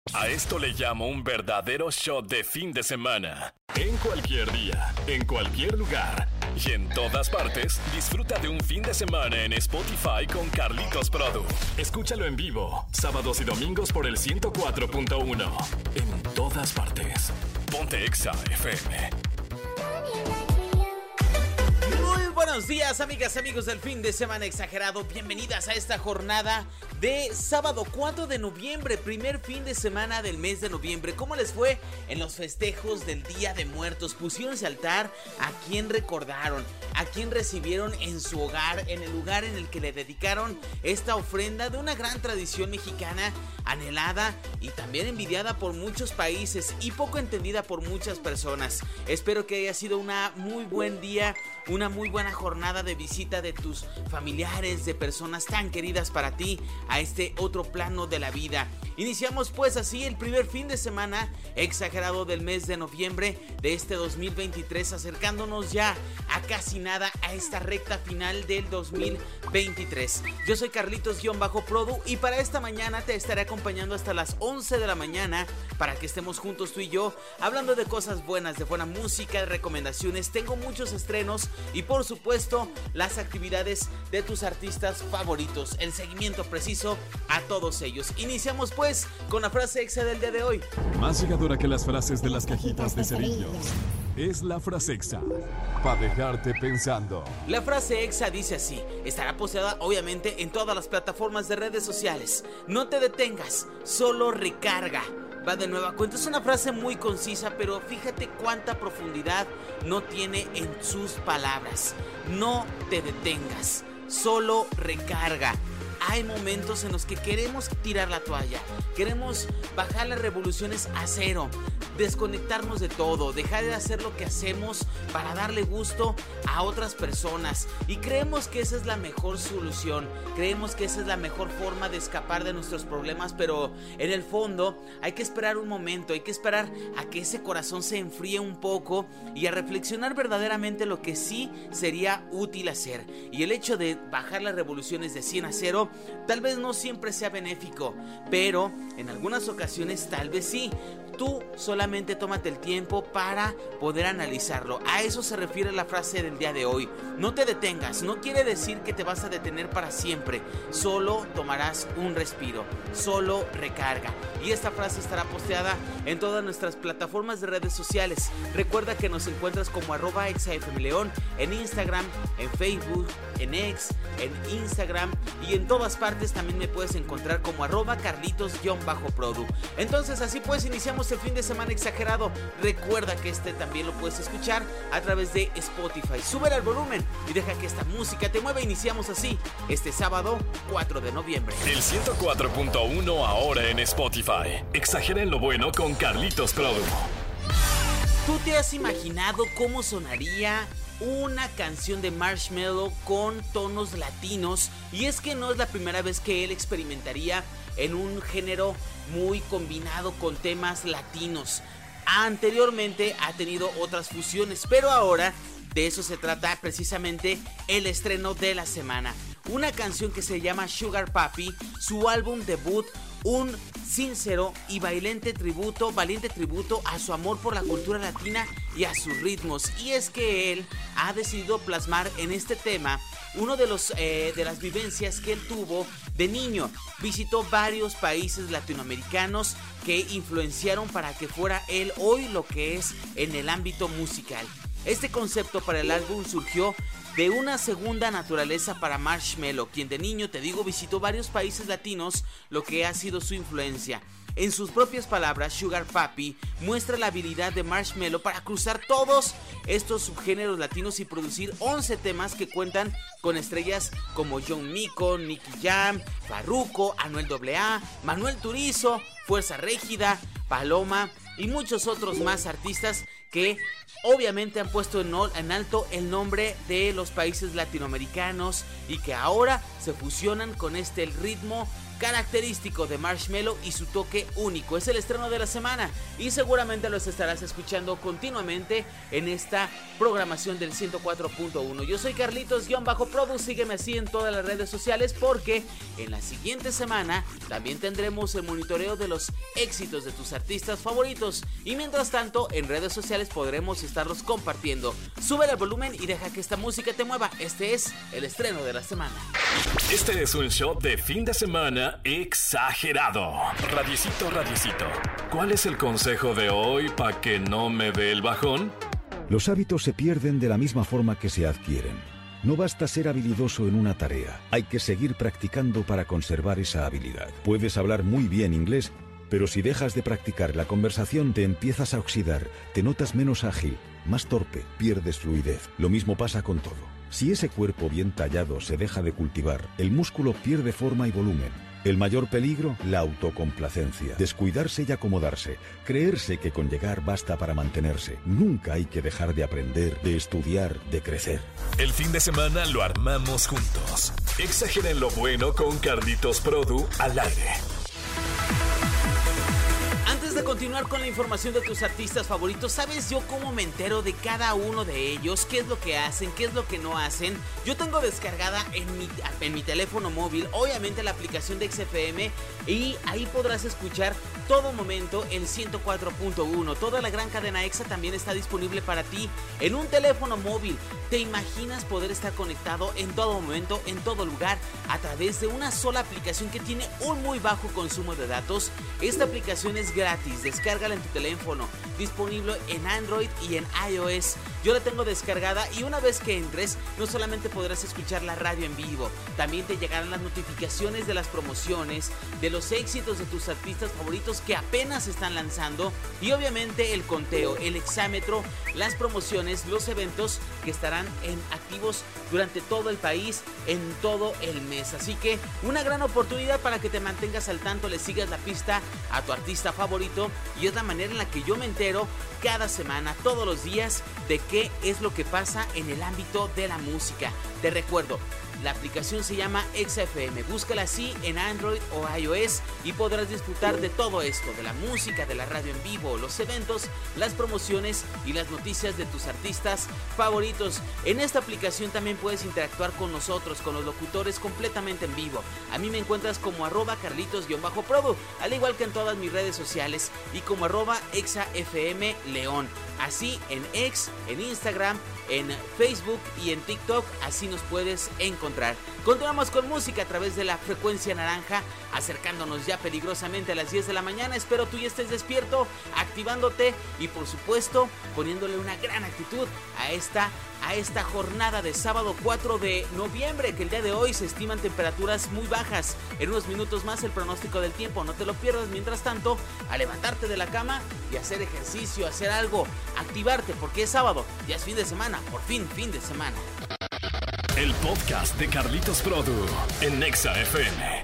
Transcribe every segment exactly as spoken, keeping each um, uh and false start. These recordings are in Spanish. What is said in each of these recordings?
A esto le llamo un verdadero shot de fin de semana. En cualquier día, en cualquier lugar y en todas partes, disfruta de un fin de semana en Spotify con Carlitos Produ. Escúchalo en vivo, sábados y domingos por el ciento cuatro punto uno. En todas partes. Ponte Exa F M. Muy buenos días, amigas, amigos del fin de semana exagerado. Bienvenidas a esta jornada de sábado cuatro de noviembre, primer fin de semana del mes de noviembre. ¿Cómo les fue en los festejos del Día de Muertos? ¿Pusieron altar? ¿A quién recordaron? ¿A quién recibieron en su hogar, en el lugar en el que le dedicaron esta ofrenda de una gran tradición mexicana, anhelada y también envidiada por muchos países y poco entendida por muchas personas? Espero que haya sido una muy buen día, una muy buena jornada de visita de tus familiares, de personas tan queridas para ti, a este otro plano de la vida. Iniciamos pues así el primer fin de semana exagerado del mes de noviembre de este dos mil veintitrés, acercándonos ya a casi nada a esta recta final del dos mil veintitrés. Yo soy Carlitos-Produ y para esta mañana te estaré acompañando hasta las once de la mañana para que estemos juntos tú y yo hablando de cosas buenas, de buena música, de recomendaciones. Tengo muchos estrenos y por supuesto las actividades de tus artistas favoritos, el seguimiento preciso a todos ellos. Iniciamos pues con la frase exa del día de hoy. Más llegadora que las frases de las cajitas de cerillos es la frase exa, para dejarte pensando. La frase exa dice así, estará posteada obviamente en todas las plataformas de redes sociales. No te detengas, solo recarga. Va de nueva cuenta, es una frase muy concisa, pero fíjate cuánta profundidad no tiene en sus palabras. No te detengas, solo recarga. Hay momentos en los que queremos tirar la toalla, queremos bajar las revoluciones a cero, desconectarnos de todo, dejar de hacer lo que hacemos para darle gusto a otras personas, y creemos que esa es la mejor solución, creemos que esa es la mejor forma de escapar de nuestros problemas, pero en el fondo hay que esperar un momento, hay que esperar a que ese corazón se enfríe un poco y a reflexionar verdaderamente lo que sí sería útil hacer. Y el hecho de bajar las revoluciones de cien a cero tal vez no siempre sea benéfico, pero en algunas ocasiones tal vez sí. Tú solamente tómate el tiempo para poder analizarlo. A eso se refiere la frase del día de hoy. No te detengas, no quiere decir que te vas a detener para siempre. Solo tomarás un respiro, solo recarga. Y esta frase estará posteada en todas nuestras plataformas de redes sociales. Recuerda que nos encuentras como arroba exafmleón en Instagram, en Facebook, en X, en Instagram y en todas partes. También me puedes encontrar como arroba Carlitos-Produ. Entonces así pues iniciamos el fin de semana exagerado. Recuerda que este también lo puedes escuchar a través de Spotify. Sube al volumen y deja que esta música te mueva. Iniciamos así este sábado cuatro de noviembre. El ciento cuatro punto uno ahora en Spotify. Exagera en lo bueno con Carlitos Produ. ¿Tú te has imaginado cómo sonaría una canción de Marshmello con tonos latinos? Y es que no es la primera vez que él experimentaría en un género muy combinado con temas latinos. Anteriormente ha tenido otras fusiones, pero ahora de eso se trata precisamente el estreno de la semana. Una canción que se llama Sugar Papi, su álbum debut, un sincero y valiente tributo, valiente tributo a su amor por la cultura latina y a sus ritmos. Y es que él ha decidido plasmar en este tema uno de los eh, de las vivencias que él tuvo de niño. Visitó varios países latinoamericanos que influenciaron para que fuera él hoy lo que es en el ámbito musical. Este concepto para el álbum surgió de una segunda naturaleza para Marshmello, quien de niño, te digo, visitó varios países latinos, lo que ha sido su influencia. En sus propias palabras, Sugar Papi muestra la habilidad de Marshmello para cruzar todos estos subgéneros latinos y producir once temas que cuentan con estrellas como John Mico, Nicky Jam, Farruko, Anuel A A, Manuel Turizo, Fuerza Régida, Paloma y muchos otros más artistas que obviamente han puesto en, en alto el nombre de los países latinoamericanos y que ahora se fusionan con este el ritmo característico de Marshmello y su toque único. Es el estreno de la semana y seguramente los estarás escuchando continuamente en esta programación del ciento cuatro punto uno. Yo soy Carlitos-Produ, sígueme así en todas las redes sociales porque en la siguiente semana también tendremos el monitoreo de los éxitos de tus artistas favoritos y mientras tanto en redes sociales podremos estarlos compartiendo. Sube el volumen y deja que esta música te mueva. Este es el estreno de la semana. Este es un show de fin de semana exagerado. Radiecito, radiecito, ¿cuál es el consejo de hoy para que no me dé el bajón? Los hábitos se pierden de la misma forma que se adquieren. No basta ser habilidoso en una tarea, hay que seguir practicando para conservar esa habilidad. Puedes hablar muy bien inglés, pero si dejas de practicar la conversación te empiezas a oxidar, te notas menos ágil, más torpe, pierdes fluidez. Lo mismo pasa con todo. Si ese cuerpo bien tallado se deja de cultivar, el músculo pierde forma y volumen. El mayor peligro, la autocomplacencia. Descuidarse y acomodarse. Creerse que con llegar basta para mantenerse. Nunca hay que dejar de aprender, de estudiar, de crecer. El fin de semana lo armamos juntos. Exageren lo bueno con Carlitos Produ al aire. Antes de continuar con la información de tus artistas favoritos, ¿sabes yo cómo me entero de cada uno de ellos? ¿Qué es lo que hacen? ¿Qué es lo que no hacen? Yo tengo descargada en mi, en mi teléfono móvil, obviamente la aplicación de X F M, y ahí podrás escuchar todo momento el ciento cuatro punto uno. Toda la gran cadena Exa también está disponible para ti en un teléfono móvil. ¿Te imaginas poder estar conectado en todo momento, en todo lugar, a través de una sola aplicación que tiene un muy bajo consumo de datos? Esta aplicación es gratis, descárgala en tu teléfono, disponible en Android y en iOS. Yo la tengo descargada y una vez que entres, no solamente podrás escuchar la radio en vivo, también te llegarán las notificaciones de las promociones, de los éxitos de tus artistas favoritos que apenas están lanzando y obviamente el conteo, el exámetro, las promociones, los eventos que estarán en activos durante todo el país en todo el mes. Así que una gran oportunidad para que te mantengas al tanto, le sigas la pista a tu artista favorito y es la manera en la que yo me entero cada semana, todos los días, de qué es lo que pasa en el ámbito de la música. Te recuerdo, la aplicación se llama X F M, búscala así en Android o iOS y podrás disfrutar de todo esto, de la música, de la radio en vivo, los eventos, las promociones y las noticias de tus artistas favoritos. En esta aplicación también puedes interactuar con nosotros, con los locutores completamente en vivo. A mí me encuentras como arroba Carlitos-Produ, al igual que en todas mis redes sociales y como arroba ExaFM León. Así en X, en Instagram, en Facebook y en TikTok, así nos puedes encontrar. Continuamos con música a través de la frecuencia naranja, acercándonos ya peligrosamente a las diez de la mañana. Espero tú ya estés despierto, activándote y por supuesto poniéndole una gran actitud a esta a esta jornada de sábado cuatro de noviembre, que el día de hoy se estiman temperaturas muy bajas. En unos minutos más el pronóstico del tiempo, no te lo pierdas. Mientras tanto, a levantarte de la cama y hacer ejercicio, hacer algo, activarte, porque es sábado, ya es fin de semana, por fin fin de semana. El podcast de Carlitos Produ en Exa F M.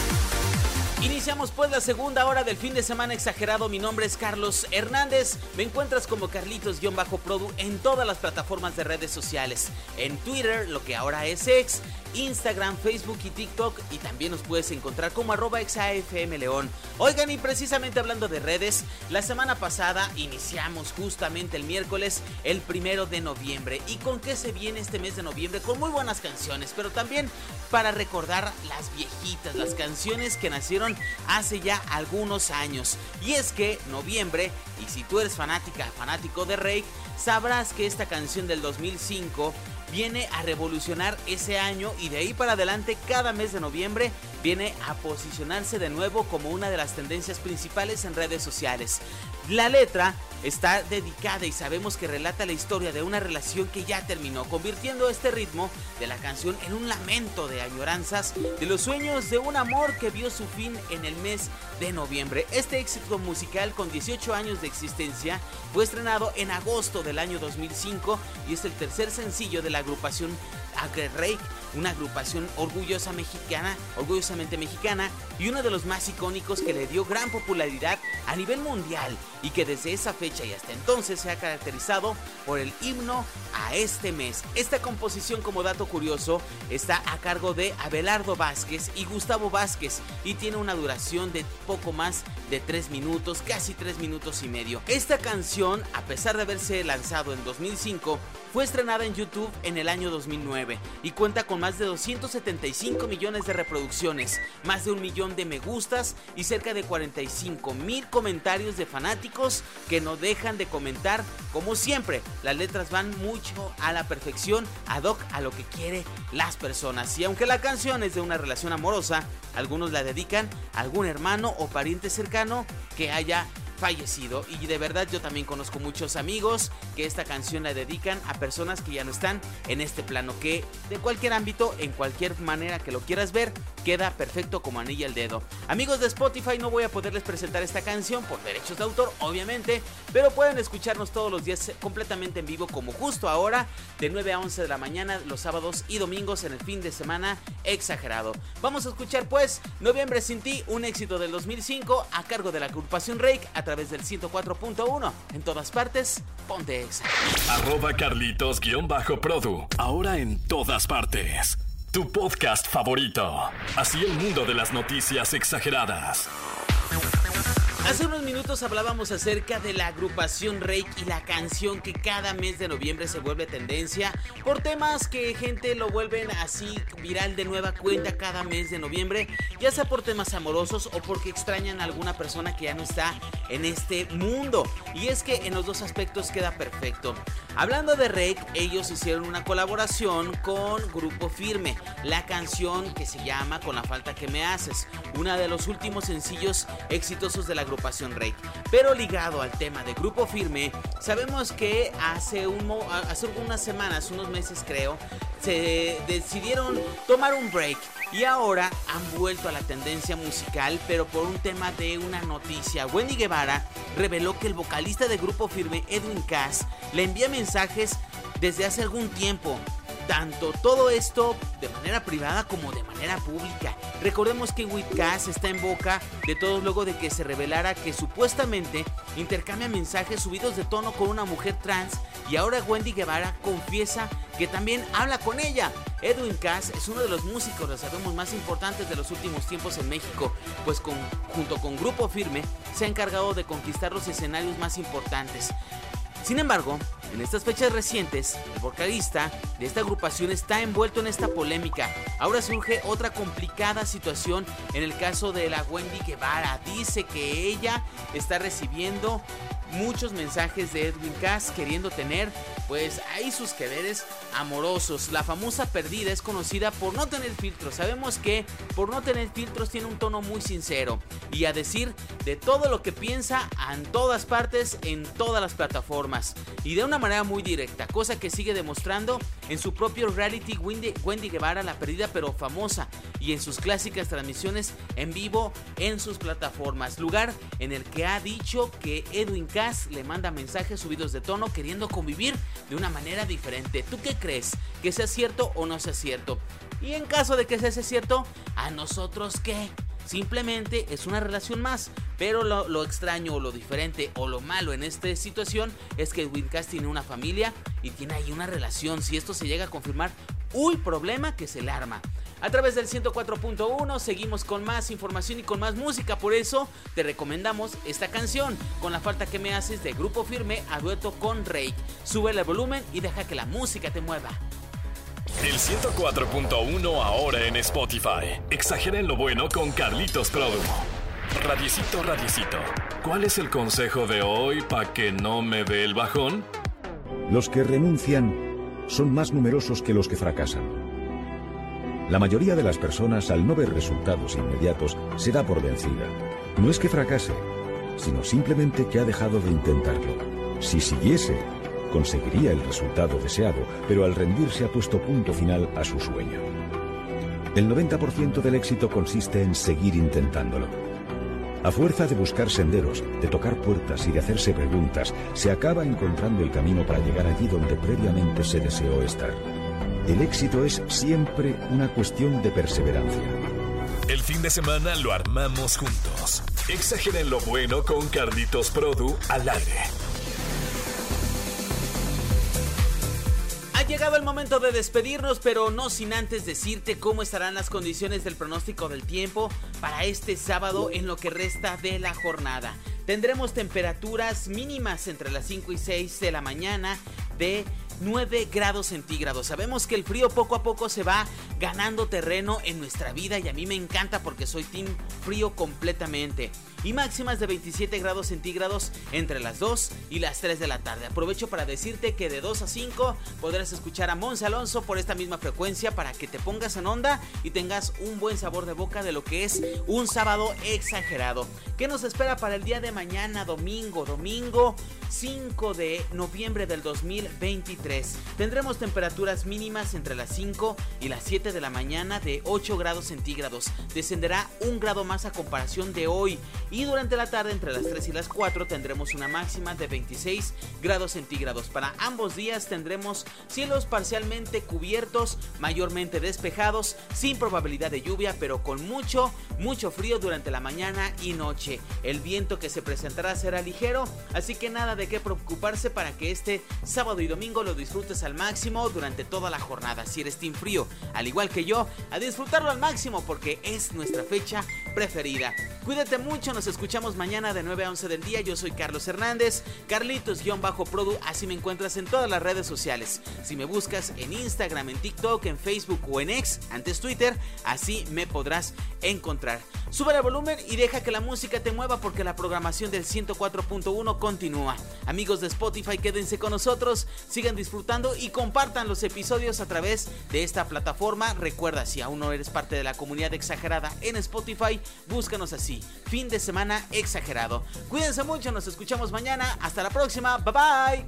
Iniciamos pues la segunda hora del fin de semana exagerado. Mi nombre es Carlos Hernández. Me encuentras como Carlitos-Produ en todas las plataformas de redes sociales. En Twitter, lo que ahora es X, Instagram, Facebook y TikTok. Y también nos puedes encontrar como arroba ExaFM León. Oigan, y precisamente hablando de redes, la semana pasada iniciamos justamente el miércoles, el primero de noviembre. ¿Y con qué se viene este mes de noviembre? Con muy buenas canciones, pero también para recordar las viejitas, las canciones que nacieron hace ya algunos años. Y es que noviembre, y si tú eres fanática, fanático de Rake, sabrás que esta canción del dos mil cinco viene a revolucionar ese año y de ahí para adelante cada mes de noviembre viene a posicionarse de nuevo como una de las tendencias principales en redes sociales. La letra está dedicada y sabemos que relata la historia de una relación que ya terminó, convirtiendo este ritmo de la canción en un lamento de añoranzas de los sueños de un amor que vio su fin en el mes de noviembre. Este éxito musical con dieciocho años de existencia fue estrenado en agosto del año dos mil cinco y es el tercer sencillo de la agrupación Rake, una agrupación orgullosa mexicana, orgullosa orgullosamente mexicana y uno de los más icónicos que le dio gran popularidad a nivel mundial y que desde esa fecha y hasta entonces se ha caracterizado por el himno a este mes. Esta composición, como dato curioso, está a cargo de Abelardo Vázquez y Gustavo Vázquez y tiene una duración de poco más de tres minutos, casi tres minutos y medio. Esta canción, a pesar de haberse lanzado en dos mil cinco, fue estrenada en YouTube en el año dos mil nueve y cuenta con más de doscientos setenta y cinco millones de reproducciones, más de un millón de me gustas y cerca de cuarenta y cinco mil comentarios de fanáticos que no dejan de comentar. Como siempre, las letras van mucho a la perfección, ad hoc a lo que quieren las personas. Y aunque la canción es de una relación amorosa, algunos la dedican a algún hermano o pariente cercano que haya fallecido, y de verdad yo también conozco muchos amigos que esta canción la dedican a personas que ya no están en este plano, que de cualquier ámbito, en cualquier manera que lo quieras ver, queda perfecto como anillo al dedo. Amigos de Spotify, no voy a poderles presentar esta canción por derechos de autor, obviamente, pero pueden escucharnos todos los días completamente en vivo, como justo ahora, de nueve a once de la mañana, los sábados y domingos en el fin de semana exagerado. Vamos a escuchar pues Noviembre sin ti, un éxito del dos mil cinco a cargo de la agrupación Rake, a través del ciento cuatro punto uno. En todas partes, ponte Exa. Arroba Carlitos-Produ. Ahora en todas partes. Tu podcast favorito. Así el mundo de las noticias exageradas. Hace unos minutos hablábamos acerca de la agrupación Rake y la canción que cada mes de noviembre se vuelve tendencia por temas que gente lo vuelven así viral de nueva cuenta cada mes de noviembre, ya sea por temas amorosos o porque extrañan a alguna persona que ya no está en este mundo. Y es que en los dos aspectos queda perfecto. Hablando de Rake, ellos hicieron una colaboración con Grupo Firme, la canción que se llama Con la falta que me haces, una de los últimos sencillos exitosos de la agrupación Rake. Pero ligado al tema de Grupo Firme, sabemos que hace, un, hace unas semanas, unos meses creo, se decidieron tomar un break y ahora han vuelto a la tendencia musical, pero por un tema de una noticia. Wendy Guevara reveló que el vocalista de Grupo Firme, Edwin Cass, le envía mensajes desde hace algún tiempo. Tanto todo esto de manera privada como de manera pública. Recordemos que Edwin Cass está en boca de todos luego de que se revelara que supuestamente intercambia mensajes subidos de tono con una mujer trans, y ahora Wendy Guevara confiesa que también habla con ella. Edwin Cass es uno de los músicos, lo sabemos, más importantes de los últimos tiempos en México, pues con, junto con Grupo Firme se ha encargado de conquistar los escenarios más importantes. Sin embargo, en estas fechas recientes, el vocalista de esta agrupación está envuelto en esta polémica. Ahora surge otra complicada situación en el caso de la Wendy Guevara. Dice que ella está recibiendo muchos mensajes de Edwin Cass queriendo tener pues ahí sus quereres amorosos. La famosa perdida es conocida por no tener filtros. Sabemos que por no tener filtros tiene un tono muy sincero y a decir de todo lo que piensa en todas partes, en todas las plataformas y de una manera muy directa, cosa que sigue demostrando en su propio reality Wendy, Wendy Guevara, la perdida pero famosa, y en sus clásicas transmisiones en vivo en sus plataformas, lugar en el que ha dicho que Edwin Cass le manda mensajes subidos de tono queriendo convivir de una manera diferente. ¿Tú qué crees? ¿Que sea cierto o no sea cierto? Y en caso de que sea cierto, ¿a nosotros qué? Simplemente es una relación más, pero lo, lo extraño o lo diferente o lo malo en esta situación es que Edwin Cass tiene una familia y tiene ahí una relación. Si esto se llega a confirmar, uy, problema que se le arma. A través del ciento cuatro punto uno seguimos con más información y con más música, por eso te recomendamos esta canción, Con la falta que me haces, de Grupo Firme a dueto con Rake. Sube el volumen y deja que la música te mueva. El ciento cuatro punto uno ahora en Spotify. Exagera en lo bueno con Carlitos Produ. Radiecito, radiecito, ¿cuál es el consejo de hoy para que no me dé el bajón? Los que renuncian son más numerosos que los que fracasan. La mayoría de las personas, al no ver resultados inmediatos, se da por vencida. No es que fracase, sino simplemente que ha dejado de intentarlo. Si siguiese, conseguiría el resultado deseado, pero al rendirse ha puesto punto final a su sueño. El noventa por ciento del éxito consiste en seguir intentándolo. A fuerza de buscar senderos, de tocar puertas y de hacerse preguntas, se acaba encontrando el camino para llegar allí donde previamente se deseó estar. El éxito es siempre una cuestión de perseverancia. El fin de semana lo armamos juntos. Exageren lo bueno con Carlitos Produ al aire. Ha llegado el momento de despedirnos, pero no sin antes decirte cómo estarán las condiciones del pronóstico del tiempo para este sábado en lo que resta de la jornada. Tendremos temperaturas mínimas entre las cinco y seis de la mañana de nueve grados centígrados. Sabemos que el frío poco a poco se va ganando terreno en nuestra vida y a mí me encanta porque soy team frío completamente. Y máximas de veintisiete grados centígrados entre las dos y las tres de la tarde. Aprovecho para decirte que de dos a cinco podrás escuchar a Monse Alonso por esta misma frecuencia para que te pongas en onda y tengas un buen sabor de boca de lo que es un sábado exagerado. ¿Qué nos espera para el día de mañana, domingo? Domingo cinco de noviembre del dos mil veintitrés. Tendremos temperaturas mínimas entre las cinco y las siete de la mañana de ocho grados centígrados. Descenderá un grado más a comparación de hoy. Y durante la tarde entre las tres y las cuatro tendremos una máxima de veintiséis grados centígrados. Para ambos días tendremos cielos parcialmente cubiertos, mayormente despejados, sin probabilidad de lluvia, pero con mucho, mucho frío durante la mañana y noche. El viento que se presentará será ligero, así que nada de qué preocuparse para que este sábado y domingo lo disfrutes al máximo durante toda la jornada. Si eres team frío, al igual que yo, a disfrutarlo al máximo porque es nuestra fecha preferida. Cuídate mucho, nos escuchamos mañana de nueve a once del día. Yo soy Carlos Hernández, Carlitos-Produ, así me encuentras en todas las redes sociales. Si me buscas en Instagram, en TikTok, en Facebook o en X, antes Twitter, así me podrás encontrar. Sube el volumen y deja que la música te mueva porque la programación del ciento cuatro punto uno continúa. Amigos de Spotify, quédense con nosotros, sigan disfrutando y compartan los episodios a través de esta plataforma. Recuerda, si aún no eres parte de la comunidad exagerada en Spotify, búscanos así, Fin de Semana Exagerado. Cuídense mucho, nos escuchamos mañana. Hasta la próxima, bye bye.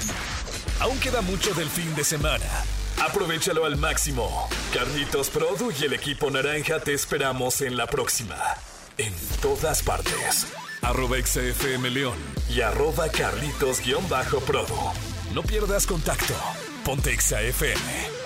Aún queda mucho del fin de semana. Aprovechalo al máximo. Carlitos Produ y el equipo naranja te esperamos en la próxima. En todas partes. Arroba X F M León y arroba Carlitos-Produ. No pierdas contacto. Ponte X F M.